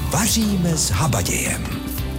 Vaříme s habadějem.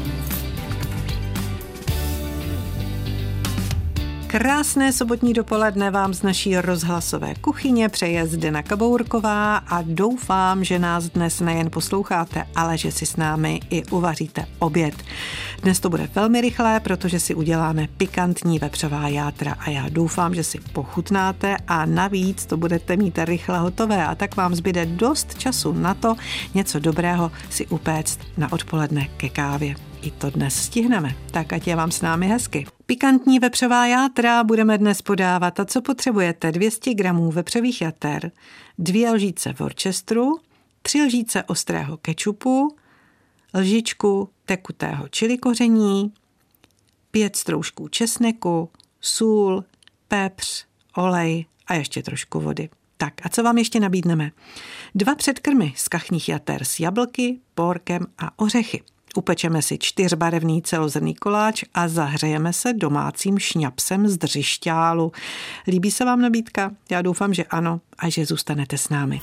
Krásné sobotní dopoledne vám z naší rozhlasové kuchyně přeje Zdena Kabourková a doufám, že nás dnes nejen posloucháte, ale že si s námi i uvaříte oběd. Dnes to bude velmi rychlé, protože si uděláme pikantní vepřová játra a já doufám, že si pochutnáte a navíc to budete mít rychle hotové a tak vám zbyde dost času na to něco dobrého si upéct na odpoledne ke kávě. I to dnes stihneme, tak ať je vám s námi hezky. Pikantní vepřová játra budeme dnes podávat a co potřebujete? 200 gramů vepřových jater, 2 lžíce Worcesteru, 3 lžíce ostrého kečupu, lžičku tekutého chili koření, 5 stroužků česneku, sůl, pepř, olej a ještě trošku vody. Tak a co vám ještě nabídneme? 2 předkrmy z kachních jater s jablky, pórkem a ořechy. Upečeme si 4barevný celozrnný koláč a zahřejeme se domácím šňapsem z Dřišťálu. Líbí se vám nabídka? Já doufám, že ano a že zůstanete s námi.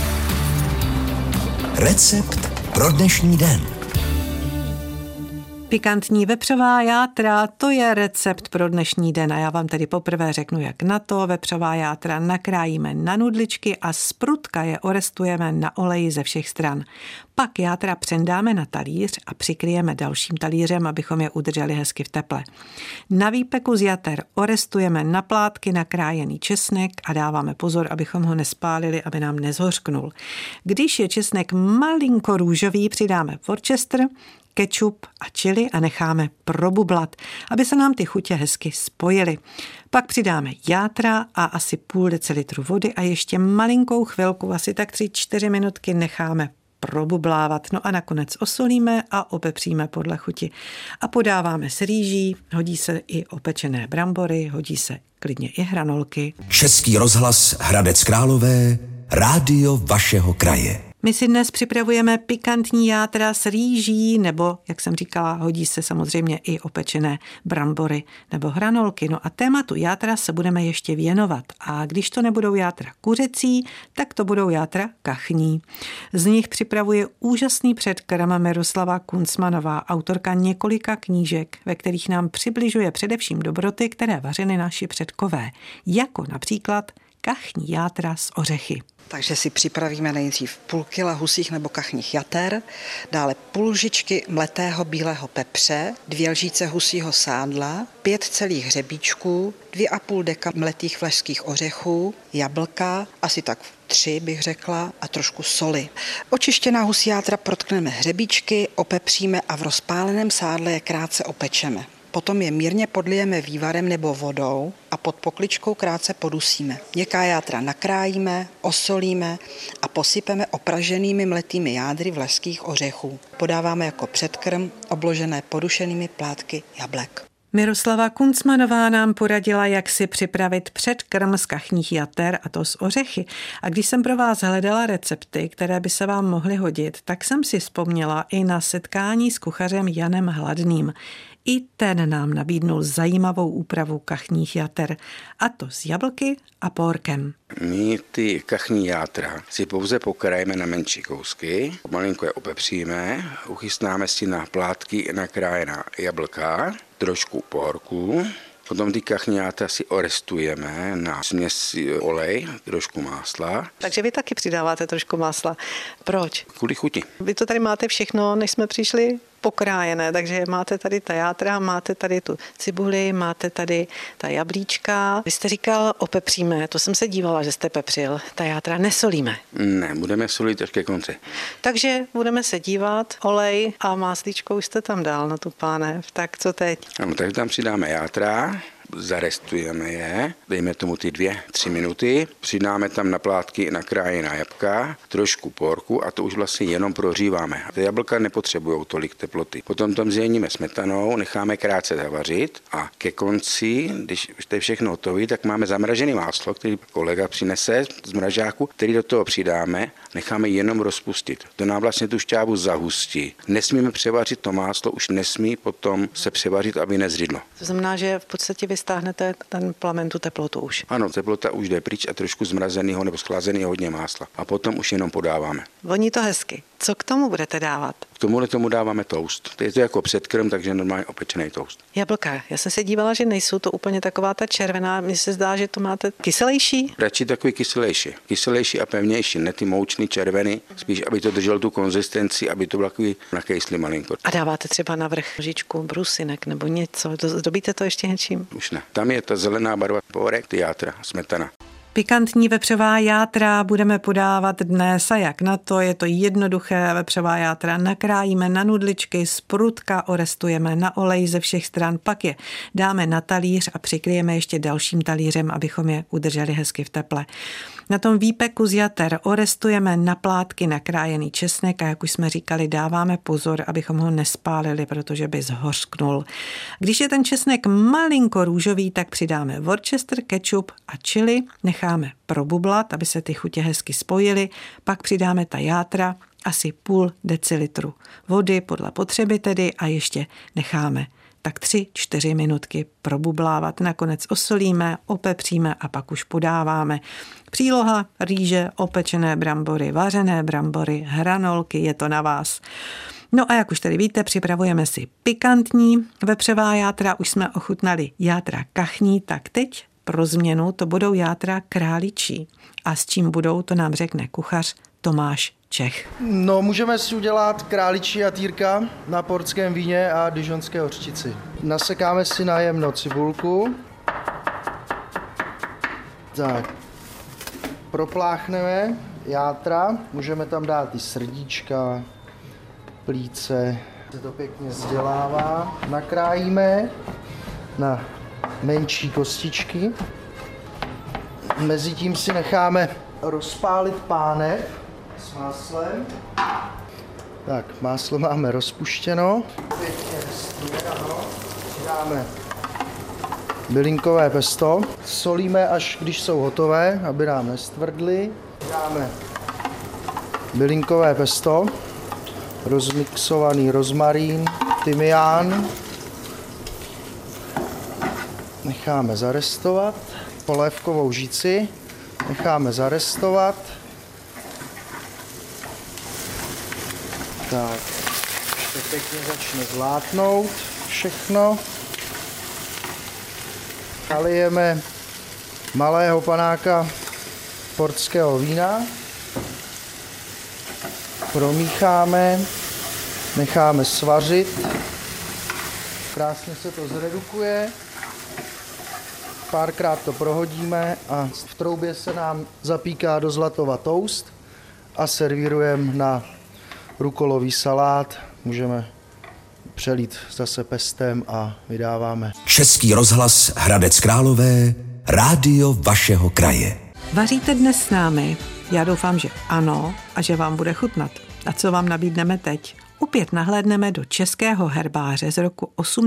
Recept pro dnešní den. Pikantní vepřová játra, to je recept pro dnešní den a já vám tedy poprvé řeknu, jak na to. Vepřová játra nakrájíme na nudličky a z prutka je orestujeme na oleji ze všech stran. Pak játra přendáme na talíř a přikryjeme dalším talířem, abychom je udrželi hezky v teple. Na výpeku z jater orestujeme na plátky nakrájený česnek a dáváme pozor, abychom ho nespálili, aby nám nezhořknul. Když je česnek malinko růžový, přidáme Worcester, kečup a chili a necháme probublat, aby se nám ty chutě hezky spojily. Pak přidáme játra a asi půl decilitru vody a ještě malinkou chvilku, asi tak 3-4 minutky necháme probublávat. No a nakonec osolíme a opepříme podle chuti. A podáváme s rýží, hodí se i opečené brambory, hodí se klidně i hranolky. Český rozhlas Hradec Králové, rádio vašeho kraje. My si dnes připravujeme pikantní játra s rýží, nebo, jak jsem říkala, hodí se samozřejmě i opečené brambory nebo hranolky. No a tématu játra se budeme ještě věnovat. A když to nebudou játra kuřecí, tak to budou játra kachní. Z nich připravuje úžasný předkrm Miroslava Kunzmanová, autorka několika knížek, ve kterých nám přibližuje především dobroty, které vařili naši předkové, jako například kachní játra s ořechy. Takže si připravíme nejdřív půl kila husích nebo kachních jater, dále půl lžičky mletého bílého pepře, 2 lžíce husího sádla, 5 celých hřebíčků, 2,5 deka mletých vlašských ořechů, jablka, asi tak 3 bych řekla, a trošku soli. Očištěná husí játra protkneme hřebíčky, opepříme a v rozpáleném sádle je krátce opečeme. Potom je mírně podlijeme vývarem nebo vodou a pod pokličkou krátce podusíme. Měkká játra nakrájíme, osolíme a posypeme opraženými mletými jádry vlašských ořechů. Podáváme jako předkrm obložené podušenými plátky jablek. Miroslava Kunzmanová nám poradila, jak si připravit předkrm z kachních jater, a to s ořechy. A když jsem pro vás hledala recepty, které by se vám mohly hodit, tak jsem si vzpomněla i na setkání s kuchařem Janem Hladným. I ten nám nabídnul zajímavou úpravu kachních jater, a to s jablky a pórkem. My ty kachní játra si pouze pokrajeme na menší kousky, malinko je opepříme, uchystáme si na plátky nakrájená jablka, trošku pórku, potom ty kachní játra si orestujeme na směs olej, trošku másla. Takže vy taky přidáváte trošku másla. Proč? Kvůli chuti. Vy to tady máte všechno, než jsme přišli, pokrájené, takže máte tady ta játra, máte tady tu cibuli, máte tady ta jablíčka. Vy jste říkal opepříme, to jsem se dívala, že jste pepřil. Ta játra nesolíme. Ne, budeme solit až ke konci. Takže budeme se dívat, olej a máslíčko už jste tam dal na tu pánev. Tak co teď? Ano, takže tam přidáme játra, zarestujeme je, dejme tomu ty 2-3 minuty, přidáme tam na plátky nakrájená jablka, trošku pórku a to už vlastně jenom prohříváme. Ty jablka nepotřebují tolik teploty. Potom tam zjeníme smetanou, necháme krátce zavařit a ke konci, když to je všechno hotové, tak máme zamražené máslo, který kolega přinese z mražáku, který do toho přidáme, necháme jenom rozpustit. To nám vlastně tu šťávu zahustí. Nesmíme převařit to máslo, už nesmí potom se převařit, aby nezřidlo. To znamená, že v podstatě vy stáhnete ten plamen, tu teplotu už. Ano, teplota už jde pryč a trošku zmrazeného nebo schlazeného hodně másla. A potom už jenom podáváme. Voní to hezky. Co k tomu budete dávat? K tomu dáváme toast. Je to jako předkrm, takže normálně opečený toast. Jablka. Já jsem se dívala, že nejsou to úplně taková ta červená. Mně se zdá, že to máte kyselější. Radši takový kyselější a pevnější, ne ty moučný červený, spíš aby to drželo tu konzistenci, aby to bylo takový nakejslý malinko. A dáváte třeba na vrch lžičku brusinek nebo něco, zdobíte to ještě něčím? Už ne. Tam je ta zelená barva, pórek, ty játra, smetana. Pikantní vepřová játra budeme podávat dnes a jak na to, je to jednoduché, vepřová játra nakrájíme na nudličky, z prutka orestujeme na olej ze všech stran, pak je dáme na talíř a přikryjeme ještě dalším talířem, abychom je udrželi hezky v teple. Na tom výpeku z jater orestujeme na plátky nakrájený česnek a jak už jsme říkali, dáváme pozor, abychom ho nespálili, protože by zhořknul. Když je ten česnek malinko růžový, tak přidáme Worcester, ketchup a chili, necháme probublat, aby se ty chutě hezky spojily, pak přidáme ta játra, asi půl decilitru vody podle potřeby tedy a ještě necháme tak 3-4 minutky probublávat. Nakonec osolíme, opepříme a pak už podáváme. Příloha, rýže, opečené brambory, vařené brambory, hranolky, je to na vás. No a jak už tady víte, připravujeme si pikantní vepřová játra, už jsme ochutnali játra kachní, tak teď pro změnu to budou játra králičí. A s čím budou, to nám řekne kuchař Tomáš Čech. No, můžeme si udělat králičí jatýrka na portském víně a dižonské hořčici. Nasekáme si na jemno cibulku. Tak, propláchneme játra, můžeme tam dát i srdíčka, plíce, se to pěkně vzdělává. Nakrájíme na menší kostičky. Mezitím si necháme rozpálit pánev s máslem. Tak, máslo máme rozpuštěno. Pěkně přidáme bylinkové pesto. Solíme, až když jsou hotové, aby nám nestvrdly. Přidáme bylinkové pesto, rozmixovaný rozmarín, tymián. Necháme zarestovat. Polévkovou žíci necháme zarestovat. Tak, ještě pěkně začne zlátnout všechno. Nalijeme malého panáka portského vína. Promícháme, necháme svařit. Krásně se to zredukuje. Párkrát to prohodíme a v troubě se nám zapíká do zlatova toast a servírujeme na rukolový salát. Můžeme přelít zase pestem a vydáváme. Český rozhlas Hradec Králové, rádio vašeho kraje. Vaříte dnes s námi? Já doufám, že ano a že vám bude chutnat. A co vám nabídneme teď? Opět nahlédneme do českého herbáře z roku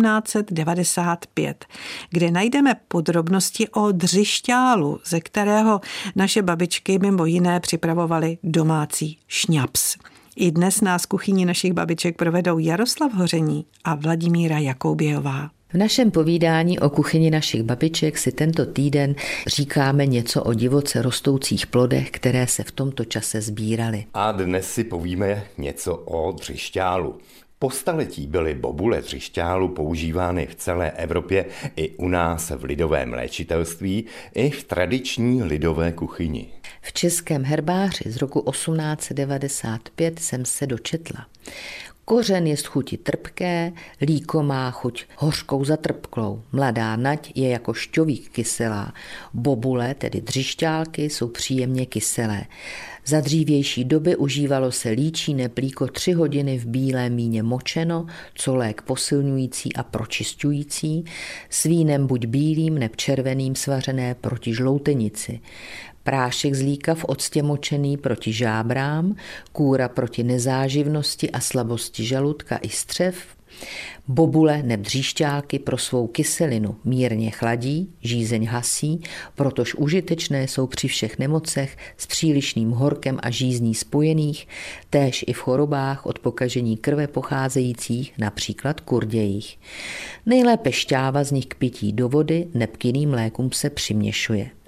1895, kde najdeme podrobnosti o dřišťálu, ze kterého naše babičky mimo jiné připravovaly domácí šňaps. I dnes nás kuchyni našich babiček provedou Jaroslav Hoření a Vladimíra Jakoubějová. V našem povídání o kuchyni našich babiček si tento týden říkáme něco o divoce rostoucích plodech, které se v tomto čase sbíraly. A dnes si povíme něco o dřišťálu. Po staletí byly bobule dřišťálu používány v celé Evropě i u nás v lidovém léčitelství, i v tradiční lidové kuchyni. V českém herbáři z roku 1895 jsem se dočetla. Kořen je z chuti trpké, líko má chuť hořkou zatrpklou, mladá nať je jako šťovík kyselá, bobule, tedy dřišťálky, jsou příjemně kyselé. Za dřívější doby užívalo se líčí plíko 3 hodiny v bílém víně močeno, co lék posilňující a pročišťující, s vínem buď bílým neb červeným svařené proti žloutenici. Prášek z líka v octě močený proti žábrám, kůra proti nezáživnosti a slabosti žaludka i střev, bobule neb dříšťálky pro svou kyselinu mírně chladí, žízeň hasí, protož užitečné jsou při všech nemocech s přílišným horkem a žízní spojených, též i v chorobách od pokažení krve pocházejících, například kurdějích. Nejlépe šťáva z nich k pití do vody neb k jiným lékům se přiměšuje.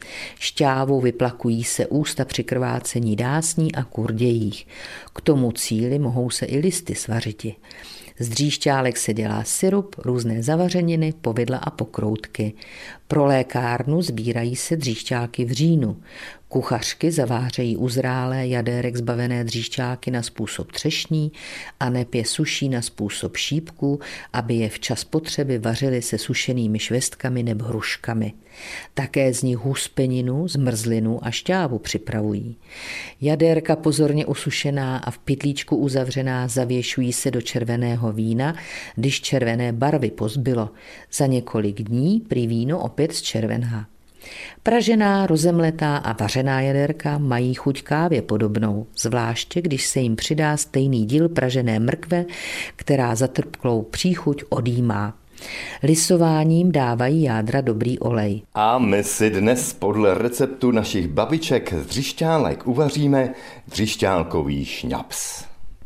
Šťávou vyplakují se ústa při krvácení dásní a kurdějích. K tomu cíli mohou se i listy svařiti. Z dříšťálek se dělá syrup, různé zavařeniny, povidla a pokroutky. Pro lékárnu sbírají se dříšťálky v říjnu. Kuchařky uzrálé jadérek zbavené dříšťálky na způsob třešní a neb je suší na způsob šípků, aby je včas potřeby vařily se sušenými švestkami nebo hruškami. Také z nich huspeninu, zmrzlinu a šťávu připravují. Jadérka pozorně usušená a v pytlíčku uzavřená zavěšují se do červeného vína, když červené barvy pozbylo. Za několik dní prý víno opět zčervená. Pražená, rozemletá a vařená jadérka mají chuť kávě podobnou, zvláště když se jim přidá stejný díl pražené mrkve, která zatrpklou příchuť odjímá. Lisováním dávají jádra dobrý olej. A my si dnes podle receptu našich babiček z dříšťálek uvaříme dříšťálkový šňaps.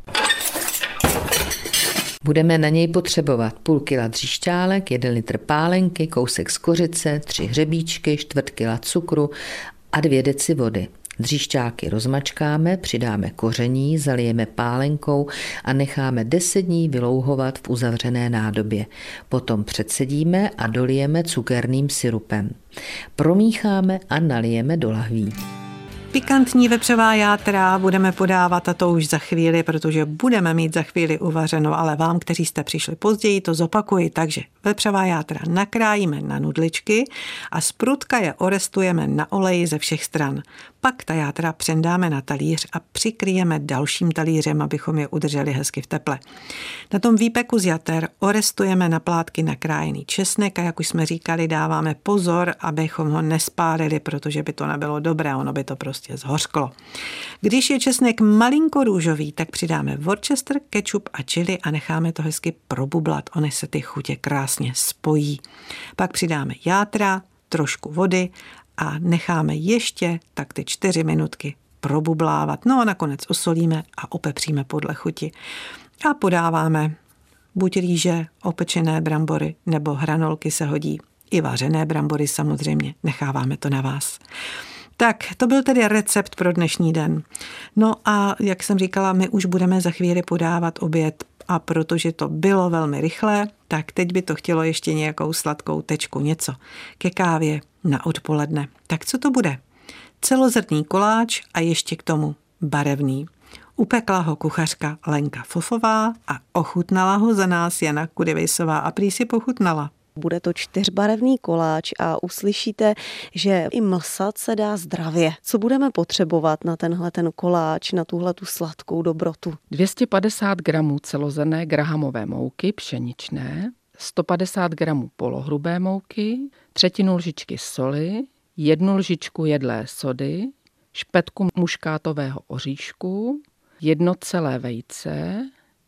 Budeme na něj potřebovat půl kila dříšťálek, 1 litr pálenky, kousek skořice, 3 hřebíčky, 1/4 kila cukru a 2 deci vody. Dříšťáky rozmačkáme, přidáme koření, zalijeme pálenkou a necháme 10 dní vylouhovat v uzavřené nádobě. Potom předsedíme a dolijeme cukerným syrupem. Promícháme a nalijeme do lahví. Pikantní vepřová játra budeme podávat a to už za chvíli, protože budeme mít za chvíli uvařeno, ale vám, kteří jste přišli později, to zopakuji. Takže vepřová játra nakrájíme na nudličky a z prudka je orestujeme na oleji ze všech stran. Pak ta játra přendáme na talíř a přikryjeme dalším talířem, abychom je udrželi hezky v teple. Na tom výpeku z jater orestujeme na plátky nakrájený česnek a jak už jsme říkali, dáváme pozor, abychom ho nespálili, protože by to nebylo dobré, ono by to prostě zhořklo. Když je česnek malinko růžový, tak přidáme Worcester, kečup a chili a necháme to hezky probublat. Ony se ty chutě krásně spojí. Pak přidáme játra, trošku vody a necháme ještě tak ty 4 minutky probublávat. No a nakonec osolíme a opepříme podle chuti. A podáváme buď rýže, opečené brambory nebo hranolky se hodí. I vařené brambory samozřejmě, necháváme to na vás. Tak, to byl tedy recept pro dnešní den. No a jak jsem říkala, my už budeme za chvíli podávat oběd a protože to bylo velmi rychlé, tak teď by to chtělo ještě nějakou sladkou tečku, něco ke kávě na odpoledne. Tak co to bude? Celozrnný koláč a ještě k tomu barevný. Upekla ho kuchařka Lenka Fofová a ochutnala ho za nás Jana Kudevejsová a prý si pochutnala. Bude to 4barevný koláč a uslyšíte, že i mlsat se dá zdravě. Co budeme potřebovat na ten koláč, na tuhletu sladkou dobrotu? 250 gramů celozrnné grahamové mouky pšeničné, 150 gramů polohrubé mouky, 1/3 lžičky soli, 1 lžičku jedlé sody, špetku muškátového oříšku, 1 celé vejce,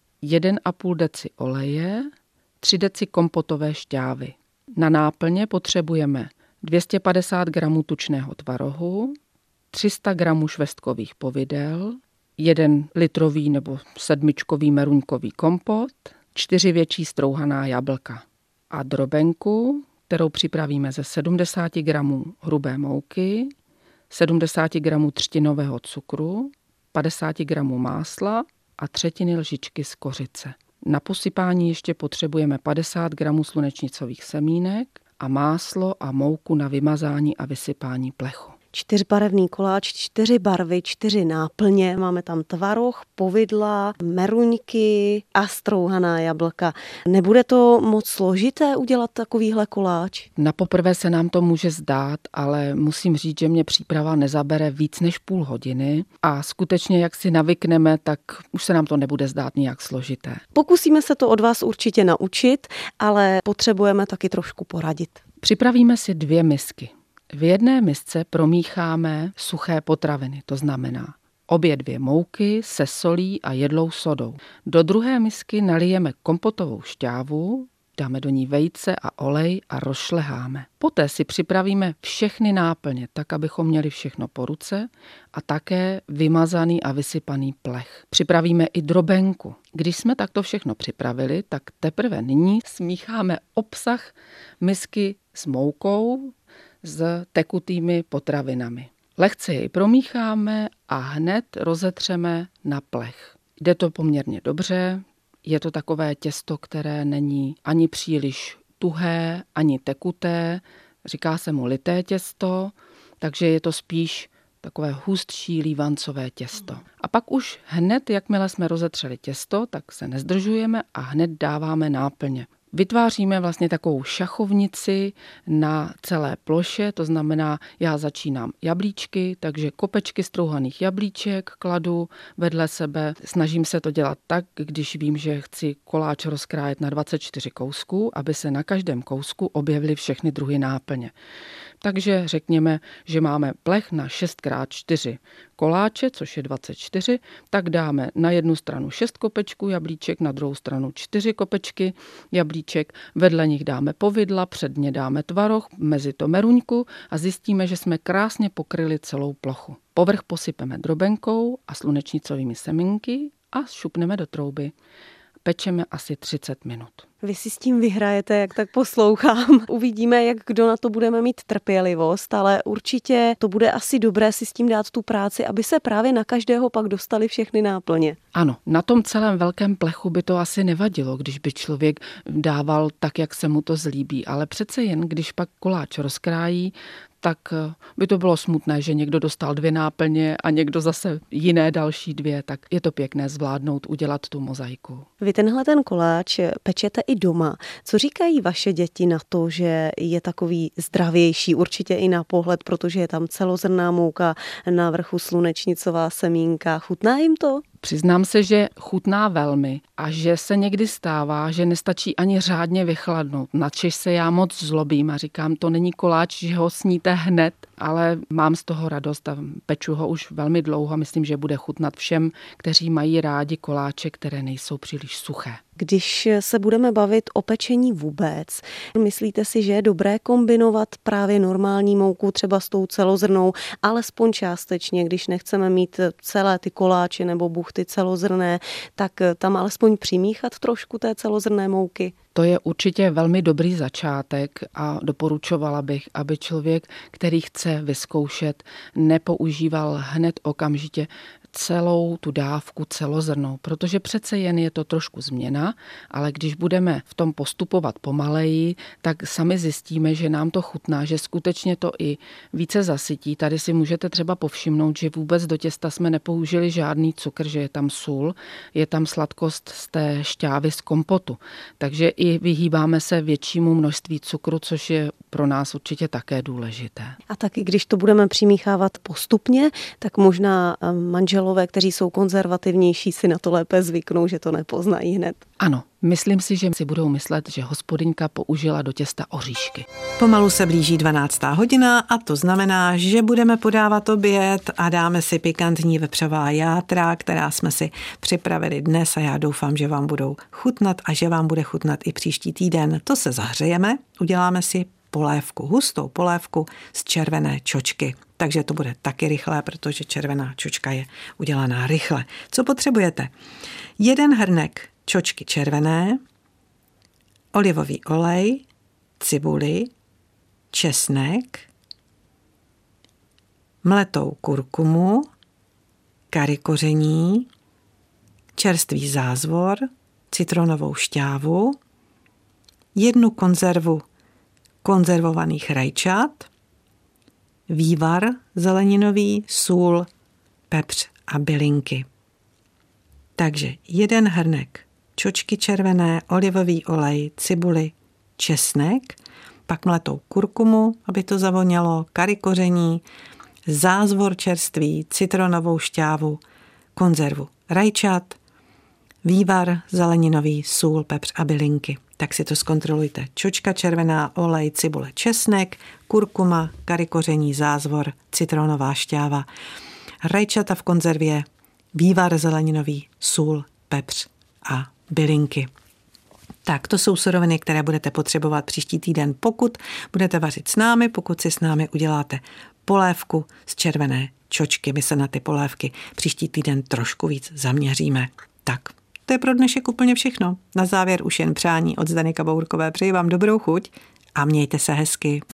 1,5 deci oleje, 3 deci kompotové šťávy. Na náplně potřebujeme 250 gramů tučného tvarohu, 300 gramů švestkových povidel, 1 litrový nebo 7čkový meruňkový kompot, 4 větší strouhaná jablka a drobenku, kterou připravíme ze 70 gramů hrubé mouky, 70 gramů třtinového cukru, 50 gramů másla a 1/3 lžičky z kořice. Na posypání ještě potřebujeme 50 gramů slunečnicových semínek a máslo a mouku na vymazání a vysypání plechu. 4barevný koláč, 4 barvy, 4 náplně. Máme tam tvaroh, povidla, meruňky a strouhaná jablka. Nebude to moc složité udělat takovýhle koláč? Na poprvé se nám to může zdát, ale musím říct, že mě příprava nezabere víc než půl hodiny a skutečně, jak si navykneme, tak už se nám to nebude zdát nijak složité. Pokusíme se to od vás určitě naučit, ale potřebujeme taky trošku poradit. Připravíme si 2 misky. V jedné misce promícháme suché potraviny, to znamená obě 2 mouky se solí a jedlou sodou. Do druhé misky nalijeme kompotovou šťávu, dáme do ní vejce a olej a rozšleháme. Poté si připravíme všechny náplně, tak abychom měli všechno po ruce a také vymazaný a vysypaný plech. Připravíme i drobenku. Když jsme takto všechno připravili, tak teprve nyní smícháme obsah misky s moukou, s tekutými potravinami. Lehce jej promícháme a hned rozetřeme na plech. Jde to poměrně dobře, je to takové těsto, které není ani příliš tuhé, ani tekuté, říká se mu lité těsto, takže je to spíš takové hustší lívancové těsto. A pak už hned, jakmile jsme rozetřeli těsto, tak se nezdržujeme a hned dáváme náplně. Vytváříme vlastně takovou šachovnici na celé ploše, to znamená, já začínám jablíčky, takže kopečky strouhaných jablíček kladu vedle sebe. Snažím se to dělat tak, když vím, že chci koláč rozkrájet na 24 kousků, aby se na každém kousku objevily všechny druhy náplně. Takže řekněme, že máme plech na 6x4 koláče, což je 24, tak dáme na jednu stranu 6 kopečků jablíček, na druhou stranu 4 kopečky jablíček, vedle nich dáme povidla, předně dáme tvaroh, mezi to meruňku a zjistíme, že jsme krásně pokryli celou plochu. Povrch posypeme drobenkou a slunečnicovými semínky a šupneme do trouby. Pečeme asi 30 minut. Vy si s tím vyhrajete, jak tak poslouchám. Uvidíme, jak kdo na to budeme mít trpělivost, ale určitě to bude asi dobré si s tím dát tu práci, aby se právě na každého pak dostali všechny náplně. Ano, na tom celém velkém plechu by to asi nevadilo, když by člověk dával tak, jak se mu to zlíbí, ale přece jen, když pak koláč rozkrájí, tak by to bylo smutné, že někdo dostal 2 náplně a někdo zase jiné další 2, tak je to pěkné zvládnout, udělat tu mozaiku. Vy tenhle ten koláč pečete i doma. Co říkají vaše děti na to, že je takový zdravější, určitě i na pohled, protože je tam celozrnná mouka, na vrchu slunečnicová semínka. Chutná jim to? Přiznám se, že chutná velmi a že se někdy stává, že nestačí ani řádně vychladnout. Načež se já moc zlobím a říkám, to není koláč, že ho sníte hned, ale mám z toho radost a peču ho už velmi dlouho. Myslím, že bude chutnat všem, kteří mají rádi koláče, které nejsou příliš suché. Když se budeme bavit o pečení vůbec, myslíte si, že je dobré kombinovat právě normální mouku třeba s tou celozrnnou, alespoň částečně, když nechceme mít celé ty koláče nebo buchty celozrnné, tak tam alespoň přimíchat trošku té celozrnné mouky? To je určitě velmi dobrý začátek a doporučovala bych, aby člověk, který chce vyzkoušet, nepoužíval hned okamžitě celou tu dávku celozrnnou, protože přece jen je to trošku změna, ale když budeme v tom postupovat pomaleji, tak sami zjistíme, že nám to chutná, že skutečně to i více zasytí. Tady si můžete třeba povšimnout, že vůbec do těsta jsme nepoužili žádný cukr, že je tam sůl, je tam sladkost z té šťávy z kompotu. Takže i vyhýbáme se většímu množství cukru, což je pro nás určitě také důležité. A taky když to budeme přimíchávat postupně, tak možná manželové, kteří jsou konzervativnější, si na to lépe zvyknou, že to nepoznají hned. Ano, myslím si, že si budou myslet, že hospodyňka použila do těsta oříšky. Pomalu se blíží 12. hodina a to znamená, že budeme podávat oběd a dáme si pikantní vepřová játra, která jsme si připravili dnes a já doufám, že vám budou chutnat a že vám bude chutnat i příští týden. To se zahřejeme, uděláme si polévku, hustou polévku z červené čočky. Takže to bude taky rychlé, protože červená čočka je udělaná rychle. Co potřebujete? 1 hrnek čočky červené, olivový olej, cibuli, česnek, mletou kurkumu, kari koření, čerstvý zázvor, citronovou šťávu, 1 konzervu konzervovaných rajčat, vývar zeleninový, sůl, pepř a bylinky. Takže 1 hrnek čočky červené, olivový olej, cibuli, česnek, pak mletou kurkumu, aby to zavonělo, kari koření, zázvor čerstvý, citronovou šťávu, konzervu rajčat, vývar zeleninový, sůl, pepř a bylinky. Tak si to zkontrolujte. Čočka červená, olej, cibule, česnek, kurkuma, kari koření, zázvor, citronová šťáva, rajčata v konzervě, vývar zeleninový, sůl, pepř a bylinky. Tak to jsou suroviny, které budete potřebovat příští týden, pokud budete vařit s námi, pokud si s námi uděláte polévku z červené čočky. My se na ty polévky příští týden trošku víc zaměříme. Tak, to je pro dnešek úplně všechno. Na závěr už jen přání od Zdeny Kabourkové. Přeji vám dobrou chuť a mějte se hezky.